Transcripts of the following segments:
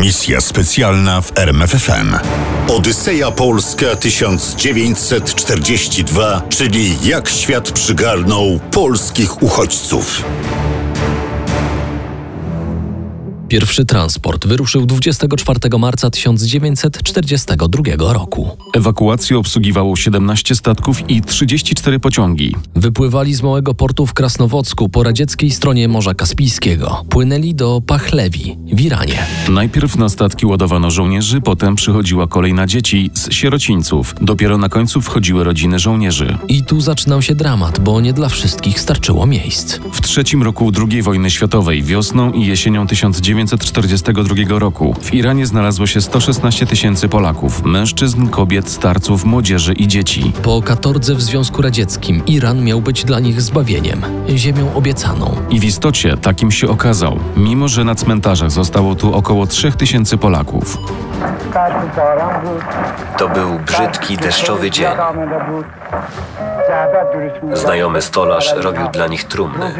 Misja specjalna w RMFFM. Odyseja Polska 1942, czyli jak świat przygarnął polskich uchodźców. Pierwszy transport wyruszył 24 marca 1942 roku. Ewakuację obsługiwało 17 statków i 34 pociągi. Wypływali z małego portu w Krasnowocku po radzieckiej stronie Morza Kaspijskiego. Płynęli do Pachlewi w Iranie. Najpierw na statki ładowano żołnierzy, potem przychodziła kolej na dzieci z sierocińców. Dopiero na końcu wchodziły rodziny żołnierzy. I tu zaczynał się dramat, bo nie dla wszystkich starczyło miejsc. W trzecim roku II wojny światowej, wiosną i jesienią 1942 roku, w Iranie znalazło się 116 000 Polaków, mężczyzn, kobiet, starców, młodzieży i dzieci. Po katorze w Związku Radzieckim Iran miał być dla nich zbawieniem, ziemią obiecaną. I w istocie takim się okazał, mimo że na cmentarzach zostało tu około 3000 Polaków. To był brzydki, deszczowy dzień. Znajomy stolarz robił dla nich trumny.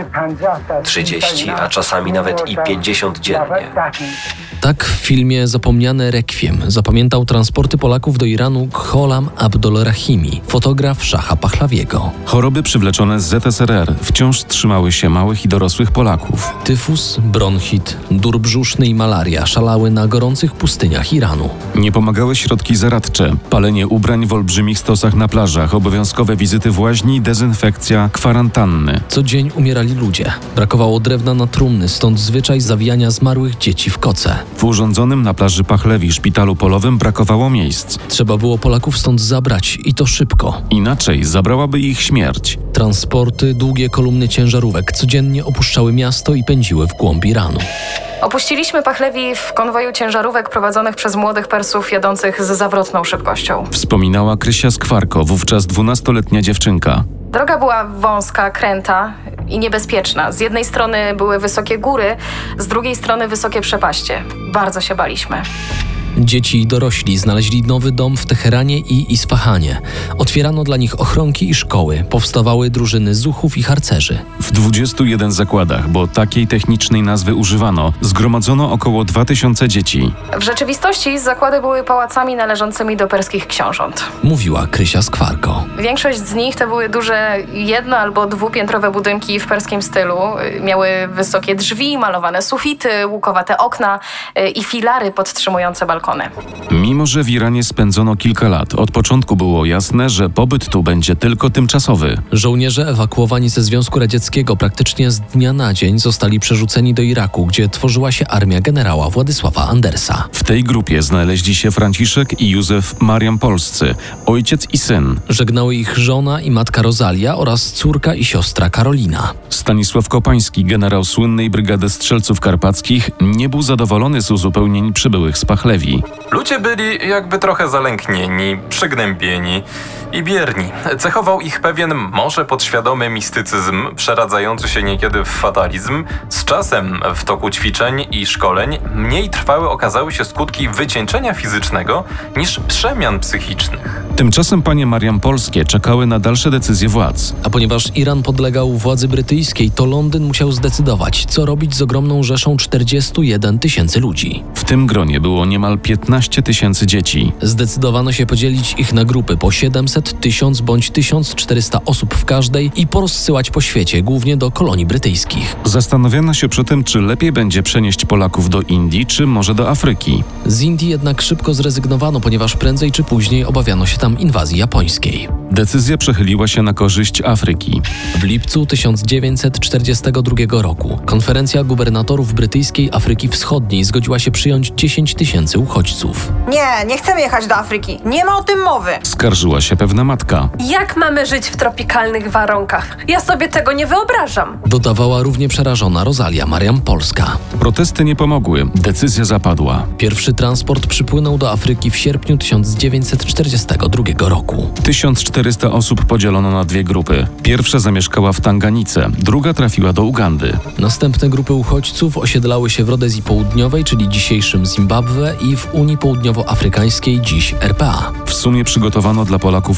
30, a czasami nawet i 50 dziennie. Tak w filmie Zapomniane Rekwiem zapamiętał transporty Polaków do Iranu Gholam Abdolrahimi, fotograf Szacha Pachlawiego. Choroby przywleczone z ZSRR wciąż trzymały się małych i dorosłych Polaków. Tyfus, bronchit, dur brzuszny i malaria szalały na gorących pustyniach Iranu. Nie pomagały środki zaradcze, palenie ubrań w olbrzymich stosach na plażach, obowiązkowe wizyty w łaźni, dezynfekcja, kwarantanny. Co dzień umierali ludzie. Brakowało drewna na trumny, stąd zwyczaj zawijania zmarłych dzieci w koce. W urządzonym na plaży Pachlewi szpitalu polowym brakowało miejsc. Trzeba było Polaków stąd zabrać i to szybko. Inaczej zabrałaby ich śmierć. Transporty, długie kolumny ciężarówek codziennie opuszczały miasto i pędziły w głąb Iranu. Opuściliśmy Pachlewi w konwoju ciężarówek prowadzonych przez młodych Persów jadących z zawrotną szybkością. Wspominała Krysia Skwarko, wówczas 12-letnia dziewczynka. Droga była wąska, kręta i niebezpieczna. Z jednej strony były wysokie góry, z drugiej strony wysokie przepaście. Bardzo się baliśmy. Dzieci i dorośli znaleźli nowy dom w Teheranie i Isfahanie. Otwierano dla nich ochronki i szkoły. Powstawały drużyny zuchów i harcerzy. W 21 zakładach, bo takiej technicznej nazwy używano, zgromadzono około 2000 dzieci. W rzeczywistości zakłady były pałacami należącymi do perskich książąt. Mówiła Krysia Skwarko. Większość z nich to były duże jedno- albo dwupiętrowe budynki w perskim stylu. Miały wysokie drzwi, malowane sufity, łukowate okna i filary podtrzymujące balkony. Mimo że w Iranie spędzono kilka lat, od początku było jasne, że pobyt tu będzie tylko tymczasowy. Żołnierze ewakuowani ze Związku Radzieckiego praktycznie z dnia na dzień zostali przerzuceni do Iraku, gdzie tworzyła się armia generała Władysława Andersa. W tej grupie znaleźli się Franciszek i Józef Mariam Polscy, ojciec i syn. Żegnały ich żona i matka Rozalia oraz córka i siostra Karolina. Stanisław Kopański, generał słynnej Brygady Strzelców Karpackich, nie był zadowolony z uzupełnień przybyłych z Pachlewi. Ludzie byli jakby trochę zalęknieni, przygnębieni i bierni. Cechował ich pewien może podświadomy mistycyzm, przeradzający się niekiedy w fatalizm. Z czasem, w toku ćwiczeń i szkoleń, mniej trwałe okazały się skutki wycieńczenia fizycznego niż przemian psychicznych. Tymczasem panie Mariam Polskie czekały na dalsze decyzje władz. A ponieważ Iran podlegał władzy brytyjskiej, to Londyn musiał zdecydować, co robić z ogromną rzeszą 41 000 ludzi. W tym gronie było niemal 15 000 dzieci. Zdecydowano się podzielić ich na grupy po 700, 1000 bądź 1400 osób w każdej i porozsyłać po świecie, głównie do kolonii brytyjskich. Zastanawiano się przy tym, czy lepiej będzie przenieść Polaków do Indii, czy może do Afryki. Z Indii jednak szybko zrezygnowano, ponieważ prędzej czy później obawiano się tam inwazji japońskiej. Decyzja przechyliła się na korzyść Afryki. W lipcu 1942 roku konferencja gubernatorów brytyjskiej Afryki Wschodniej zgodziła się przyjąć 10 000 uchodźców. Nie chcemy jechać do Afryki. Nie ma o tym mowy. Skarżyła się pewna matka. Jak mamy żyć w tropikalnych warunkach? Ja sobie tego nie wyobrażam. Dodawała równie przerażona Rozalia Mariam Polska. Protesty nie pomogły. Decyzja zapadła. Pierwszy transport przypłynął do Afryki w sierpniu 1942 roku. 1400 osób podzielono na dwie grupy. Pierwsza zamieszkała w Tanganice, druga trafiła do Ugandy. Następne grupy uchodźców osiedlały się w Rodezji Południowej, czyli dzisiejszym Zimbabwe, i w Unii Południowoafrykańskiej, dziś RPA. W sumie przygotowano dla Polaków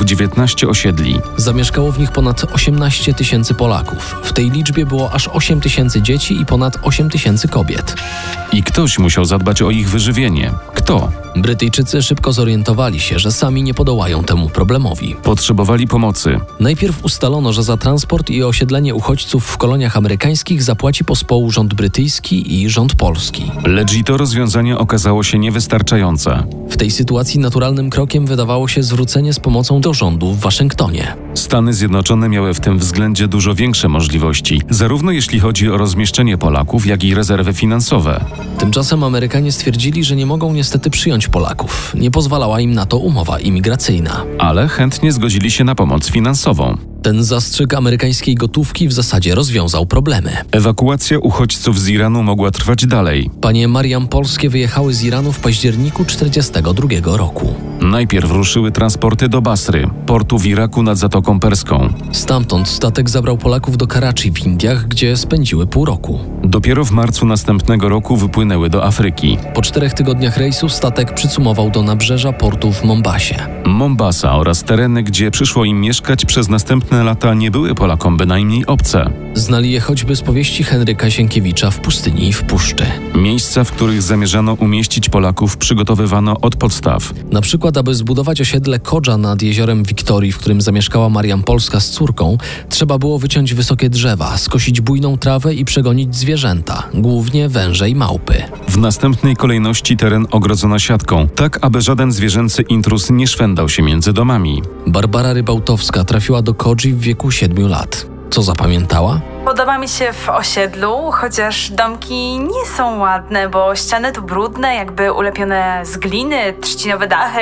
Polaków 19 osiedli. Zamieszkało w nich ponad 18 tysięcy Polaków. W tej liczbie było aż 8 tysięcy dzieci i ponad 8 tysięcy kobiet. I ktoś musiał zadbać o ich wyżywienie. Kto? Brytyjczycy szybko zorientowali się, że sami nie podołają temu problemowi. Potrzebowali pomocy. Najpierw ustalono, że za transport i osiedlenie uchodźców w koloniach amerykańskich zapłaci pospołu rząd brytyjski i rząd polski. Lecz i to rozwiązanie okazało się niewystarczające. W tej sytuacji naturalnym krokiem wydawało się zwrócenie z pomocą do rządu w Waszyngtonie. Stany Zjednoczone miały w tym względzie dużo większe możliwości, zarówno jeśli chodzi o rozmieszczenie Polaków, jak i rezerwy finansowe. Tymczasem Amerykanie stwierdzili, że nie mogą niestety przyjąć Polaków. Nie pozwalała im na to umowa imigracyjna. Ale chętnie zgodzili się na pomoc finansową. Ten zastrzyk amerykańskiej gotówki w zasadzie rozwiązał problemy. Ewakuacja uchodźców z Iranu mogła trwać dalej. Panie Mariam Polskie wyjechały z Iranu w październiku 1942 roku. Najpierw ruszyły transporty do Basry, portu w Iraku nad Zatoką Perską. Stamtąd statek zabrał Polaków do Karachi w Indiach, gdzie spędziły pół roku. Dopiero w marcu następnego roku wypłynęły do Afryki. Po 4 tygodniach rejsu statek przycumował do nabrzeża portu w Mombasie. Mombasa oraz tereny, gdzie przyszło im mieszkać przez następne lata, nie były Polakom bynajmniej obce. Znali je choćby z powieści Henryka Sienkiewicza W pustyni i w puszczy. Miejsca, w których zamierzano umieścić Polaków, przygotowywano od podstaw. Na przykład, aby zbudować osiedle Kodża nad jeziorem Wiktorii, w którym zamieszkała Mariam Polska z córką, trzeba było wyciąć wysokie drzewa, skosić bujną trawę i przegonić zwierzęta, głównie węże i małpy. W następnej kolejności teren ogrodzono siatką, tak aby żaden zwierzęcy intruz nie szwendał się między domami. Barbara Rybałtowska trafiła do Kodży w wieku 7 lat. Co zapamiętała? Podoba mi się w osiedlu, chociaż domki nie są ładne, bo ściany tu brudne, jakby ulepione z gliny, trzcinowe dachy.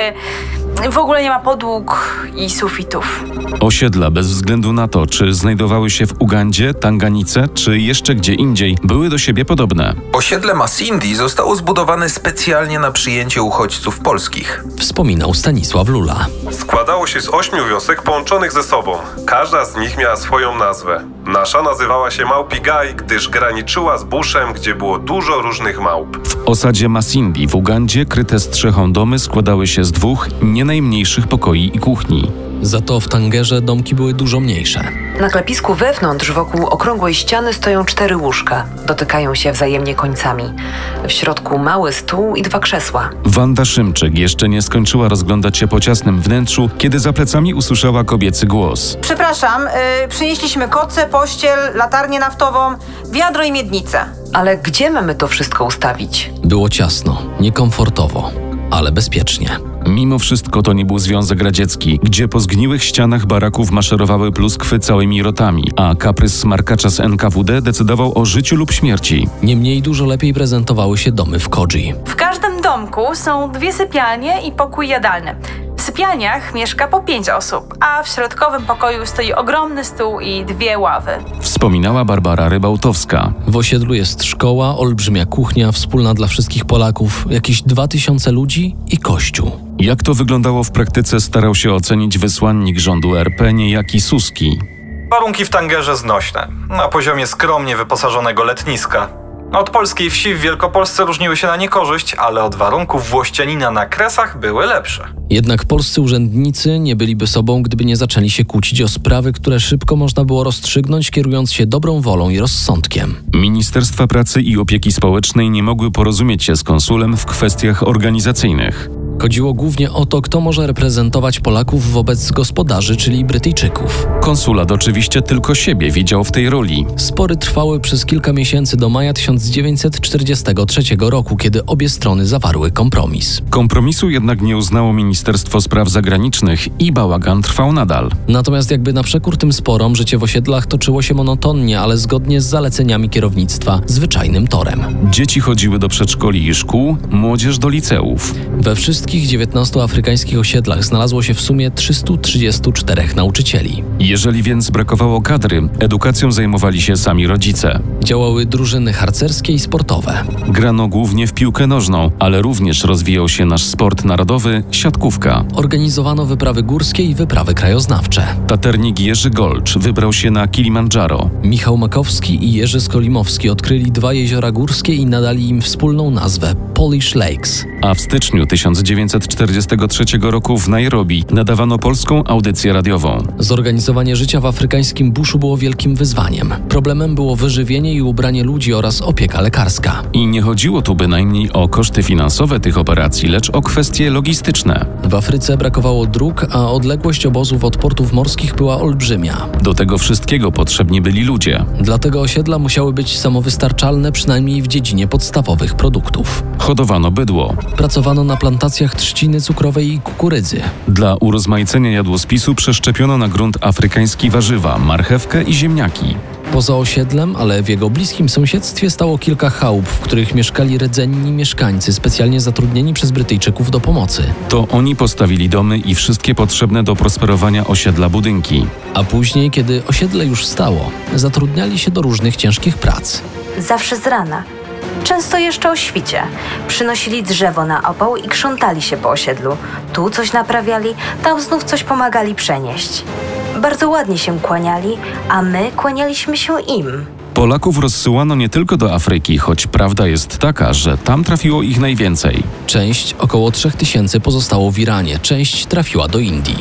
W ogóle nie ma podłóg i sufitów. Osiedla, bez względu na to, czy znajdowały się w Ugandzie, Tanganice, czy jeszcze gdzie indziej, były do siebie podobne. Osiedle Masindi zostało zbudowane specjalnie na przyjęcie uchodźców polskich. Wspominał Stanisław Lula. Składało się z 8 wiosek połączonych ze sobą. Każda z nich miała swoją nazwę. Nasza nazywała się Małpi Gaj, gdyż graniczyła z buszem, gdzie było dużo różnych małp. W osadzie Masindi w Ugandzie kryte strzechą domy składały się z 2 nie najmniejszych pokoi i kuchni. Za to w Tangerze domki były dużo mniejsze. Na klepisku wewnątrz wokół okrągłej ściany stoją 4 łóżka. Dotykają się wzajemnie końcami. W środku mały stół i 2 krzesła. Wanda Szymczyk jeszcze nie skończyła rozglądać się po ciasnym wnętrzu, kiedy za plecami usłyszała kobiecy głos. Przepraszam, przynieśliśmy koce, pościel, latarnię naftową, wiadro i miednicę. Ale gdzie mamy to wszystko ustawić? Było ciasno, niekomfortowo, ale bezpiecznie. Mimo wszystko to nie był Związek Radziecki, gdzie po zgniłych ścianach baraków maszerowały pluskwy całymi rotami, a kaprys smarkacza z NKWD decydował o życiu lub śmierci. Niemniej dużo lepiej prezentowały się domy w Kodży. W każdym domku są 2 sypialnie i pokój jadalny. W sypialniach mieszka po 5 osób, a w środkowym pokoju stoi ogromny stół i 2 ławy. Wspominała Barbara Rybałtowska. W osiedlu jest szkoła, olbrzymia kuchnia, wspólna dla wszystkich Polaków, jakieś 2000 ludzi i kościół. Jak to wyglądało w praktyce, starał się ocenić wysłannik rządu RP niejaki Suski. Warunki w Tangerze znośne, na poziomie skromnie wyposażonego letniska. Od polskiej wsi w Wielkopolsce różniły się na niekorzyść, ale od warunków włościanina na Kresach były lepsze. Jednak polscy urzędnicy nie byliby sobą, gdyby nie zaczęli się kłócić o sprawy, które szybko można było rozstrzygnąć, kierując się dobrą wolą i rozsądkiem. Ministerstwa Pracy i Opieki Społecznej nie mogły porozumieć się z konsulem w kwestiach organizacyjnych. Chodziło głównie o to, kto może reprezentować Polaków wobec gospodarzy, czyli Brytyjczyków. Konsulat oczywiście tylko siebie widział w tej roli. Spory trwały przez kilka miesięcy do maja 1943 roku, kiedy obie strony zawarły kompromis. Kompromisu jednak nie uznało Ministerstwo Spraw Zagranicznych i bałagan trwał nadal. Natomiast jakby na przekór tym sporom, życie w osiedlach toczyło się monotonnie, ale zgodnie z zaleceniami kierownictwa, zwyczajnym torem. Dzieci chodziły do przedszkoli i szkół, młodzież do liceów. We wszystkich 19 afrykańskich osiedlach znalazło się w sumie 334 nauczycieli. Jeżeli więc brakowało kadry, edukacją zajmowali się sami rodzice. Działały drużyny harcerskie i sportowe. Grano głównie w piłkę nożną, ale również rozwijał się nasz sport narodowy, siatkówka. Organizowano wyprawy górskie i wyprawy krajoznawcze. Taternik Jerzy Golcz wybrał się na Kilimandżaro. Michał Makowski i Jerzy Skolimowski odkryli 2 jeziora górskie i nadali im wspólną nazwę Polish Lakes. A w styczniu 19 1943 roku w Nairobi nadawano polską audycję radiową. Zorganizowanie życia w afrykańskim buszu było wielkim wyzwaniem. Problemem było wyżywienie i ubranie ludzi oraz opieka lekarska. I nie chodziło tu bynajmniej o koszty finansowe tych operacji, lecz o kwestie logistyczne. W Afryce brakowało dróg, a odległość obozów od portów morskich była olbrzymia. Do tego wszystkiego potrzebni byli ludzie. Dlatego osiedla musiały być samowystarczalne przynajmniej w dziedzinie podstawowych produktów. Hodowano bydło. Pracowano na plantacjach trzciny cukrowej i kukurydzy. Dla urozmaicenia jadłospisu przeszczepiono na grunt afrykański warzywa, marchewkę i ziemniaki. Poza osiedlem, ale w jego bliskim sąsiedztwie stało kilka chałup, w których mieszkali rdzenni mieszkańcy specjalnie zatrudnieni przez Brytyjczyków do pomocy. To oni postawili domy i wszystkie potrzebne do prosperowania osiedla budynki. A później, kiedy osiedle już stało, zatrudniali się do różnych ciężkich prac. Zawsze z rana. Często jeszcze o świcie. Przynosili drzewo na opał i krzątali się po osiedlu. Tu coś naprawiali, tam znów coś pomagali przenieść. Bardzo ładnie się kłaniali, a my kłanialiśmy się im. Polaków rozsyłano nie tylko do Afryki, choć prawda jest taka, że tam trafiło ich najwięcej. Część, około 3000, pozostało w Iranie, część trafiła do Indii.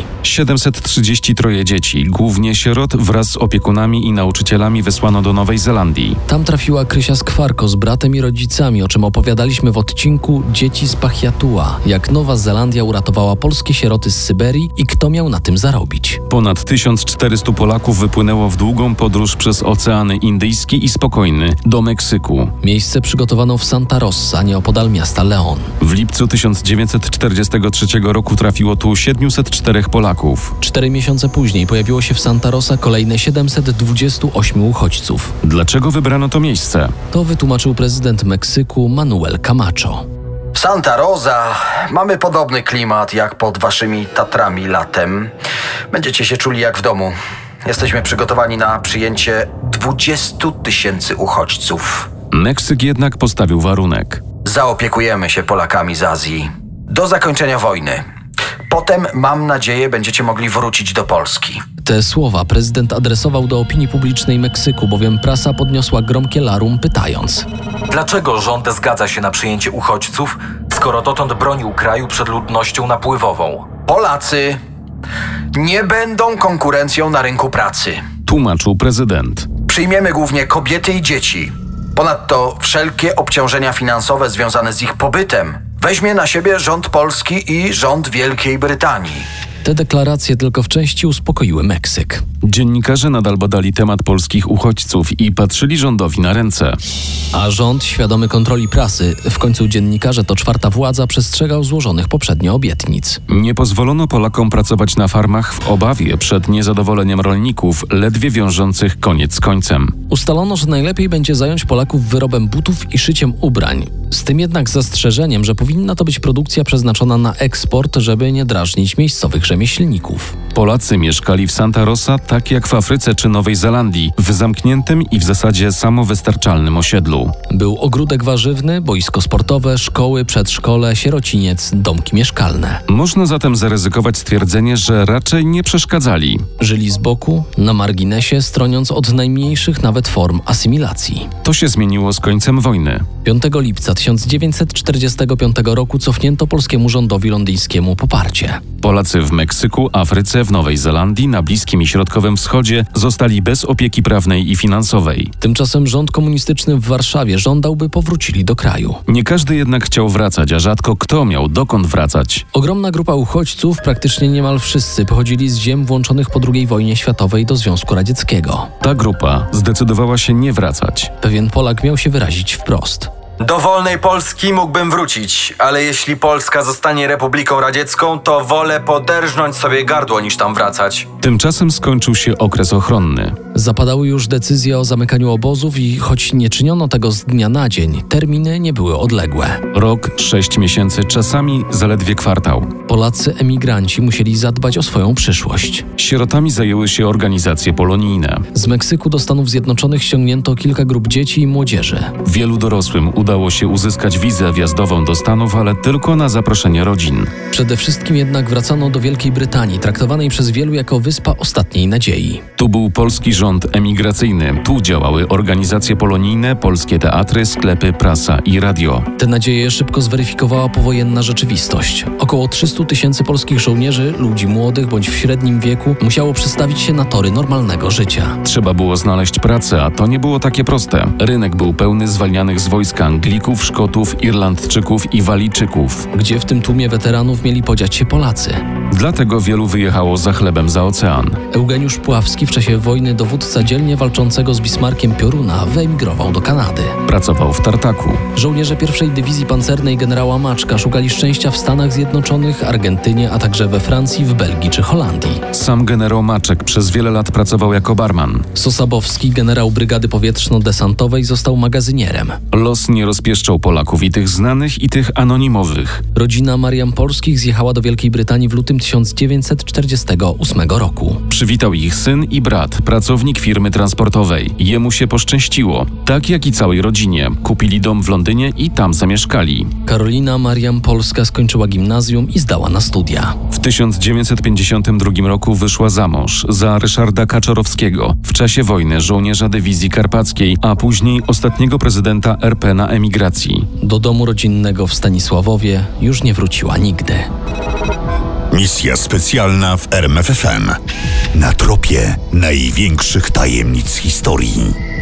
733 dzieci, głównie sierot, wraz z opiekunami i nauczycielami wysłano do Nowej Zelandii. Tam trafiła Krysia Skwarko z bratem i rodzicami, o czym opowiadaliśmy w odcinku Dzieci z Pachiatua, jak Nowa Zelandia uratowała polskie sieroty z Syberii i kto miał na tym zarobić. Ponad 1400 Polaków wypłynęło w długą podróż przez Oceany Indyjskie i spokojny do Meksyku. Miejsce przygotowano w Santa Rosa, nieopodal miasta León. W lipcu 1943 roku trafiło tu 704 Polaków. 4 miesiące później pojawiło się w Santa Rosa kolejne 728 uchodźców. Dlaczego wybrano to miejsce? To wytłumaczył prezydent Meksyku Manuel Camacho. W Santa Rosa mamy podobny klimat jak pod waszymi Tatrami latem. Będziecie się czuli jak w domu. Jesteśmy przygotowani na przyjęcie 20 000 uchodźców. Meksyk jednak postawił warunek. Zaopiekujemy się Polakami z Azji do zakończenia wojny. Potem, mam nadzieję, będziecie mogli wrócić do Polski. Te słowa prezydent adresował do opinii publicznej Meksyku, bowiem prasa podniosła gromkie larum, pytając: dlaczego rząd zgadza się na przyjęcie uchodźców, skoro dotąd bronił kraju przed ludnością napływową? Polacy nie będą konkurencją na rynku pracy, tłumaczył prezydent. Przyjmiemy głównie kobiety i dzieci. Ponadto wszelkie obciążenia finansowe związane z ich pobytem weźmie na siebie rząd polski i rząd Wielkiej Brytanii. Te deklaracje tylko w części uspokoiły Meksyk. Dziennikarze nadal badali temat polskich uchodźców i patrzyli rządowi na ręce. A rząd, świadomy kontroli prasy, w końcu dziennikarze to czwarta władza, przestrzegał złożonych poprzednio obietnic. Nie pozwolono Polakom pracować na farmach w obawie przed niezadowoleniem rolników, ledwie wiążących koniec z końcem. Ustalono, że najlepiej będzie zająć Polaków wyrobem butów i szyciem ubrań. Z tym jednak zastrzeżeniem, że powinna to być produkcja przeznaczona na eksport, żeby nie drażnić miejscowych rzemieślników. Polacy mieszkali w Santa Rosa tak jak w Afryce czy Nowej Zelandii, w zamkniętym i w zasadzie samowystarczalnym osiedlu. Był ogródek warzywny, boisko sportowe, szkoły, przedszkole, sierociniec, domki mieszkalne. Można zatem zaryzykować stwierdzenie, że raczej nie przeszkadzali. Żyli z boku, na marginesie, stroniąc od najmniejszych nawet form asymilacji. To się zmieniło z końcem wojny. 5 lipca 1945 roku cofnięto polskiemu rządowi londyńskiemu poparcie. Polacy w Meksyku, Afryce, w Nowej Zelandii, na Bliskim i Środkowym Wschodzie zostali bez opieki prawnej i finansowej. Tymczasem rząd komunistyczny w Warszawie żądał, by powrócili do kraju. Nie każdy jednak chciał wracać, a rzadko kto miał dokąd wracać. Ogromna grupa uchodźców, praktycznie niemal wszyscy, pochodzili z ziem włączonych po II wojnie światowej do Związku Radzieckiego. Ta grupa zdecydowała się nie wracać. Pewien Polak miał się wyrazić wprost. Do wolnej Polski mógłbym wrócić, ale jeśli Polska zostanie Republiką Radziecką, to wolę poderżnąć sobie gardło niż tam wracać. Tymczasem skończył się okres ochronny. Zapadały już decyzje o zamykaniu obozów i choć nie czyniono tego z dnia na dzień, terminy nie były odległe. Rok, 6 miesięcy, czasami zaledwie kwartał. Polacy emigranci musieli zadbać o swoją przyszłość. Sierotami zajęły się organizacje polonijne. Z Meksyku do Stanów Zjednoczonych ściągnięto kilka grup dzieci i młodzieży. Wielu dorosłym udało się uzyskać wizę wjazdową do Stanów, ale tylko na zaproszenie rodzin. Przede wszystkim jednak wracano do Wielkiej Brytanii, traktowanej przez wielu jako wyspa ostatniej nadziei. Tu był polski rząd sąd emigracyjny. Tu działały organizacje polonijne, polskie teatry, sklepy, prasa i radio. Te nadzieje szybko zweryfikowała powojenna rzeczywistość. Około 300 000 polskich żołnierzy, ludzi młodych bądź w średnim wieku, musiało przestawić się na tory normalnego życia. Trzeba było znaleźć pracę, a to nie było takie proste. Rynek był pełny zwalnianych z wojska Anglików, Szkotów, Irlandczyków i Walijczyków. Gdzie w tym tłumie weteranów mieli podziać się Polacy? Dlatego wielu wyjechało za chlebem za ocean. Eugeniusz Puławski, w czasie wojny dowódca dzielnie walczącego z Bismarckiem Pioruna, wyemigrował do Kanady. Pracował w Tartaku. Żołnierze pierwszej dywizji pancernej generała Maczka szukali szczęścia w Stanach Zjednoczonych, Argentynie, a także we Francji, w Belgii czy Holandii. Sam generał Maczek przez wiele lat pracował jako barman. Sosabowski, generał Brygady Powietrzno-Desantowej, został magazynierem. Los nie rozpieszczał Polaków, i tych znanych, i tych anonimowych. Rodzina Mariampolskich zjechała do Wielkiej Brytanii w lutym 1948 roku. Przywitał ich syn i brat, pracownik firmy transportowej. Jemu się poszczęściło, tak jak i całej rodzinie. Kupili dom w Londynie i tam zamieszkali. Karolina Mariampolska skończyła gimnazjum i zdała na studia. W 1952 roku wyszła za mąż za Ryszarda Kaczorowskiego, w czasie wojny żołnierza dywizji karpackiej, a później ostatniego prezydenta RP na emigracji. Do domu rodzinnego w Stanisławowie już nie wróciła nigdy. Misja specjalna w RMFFM. Na tropie największych tajemnic historii.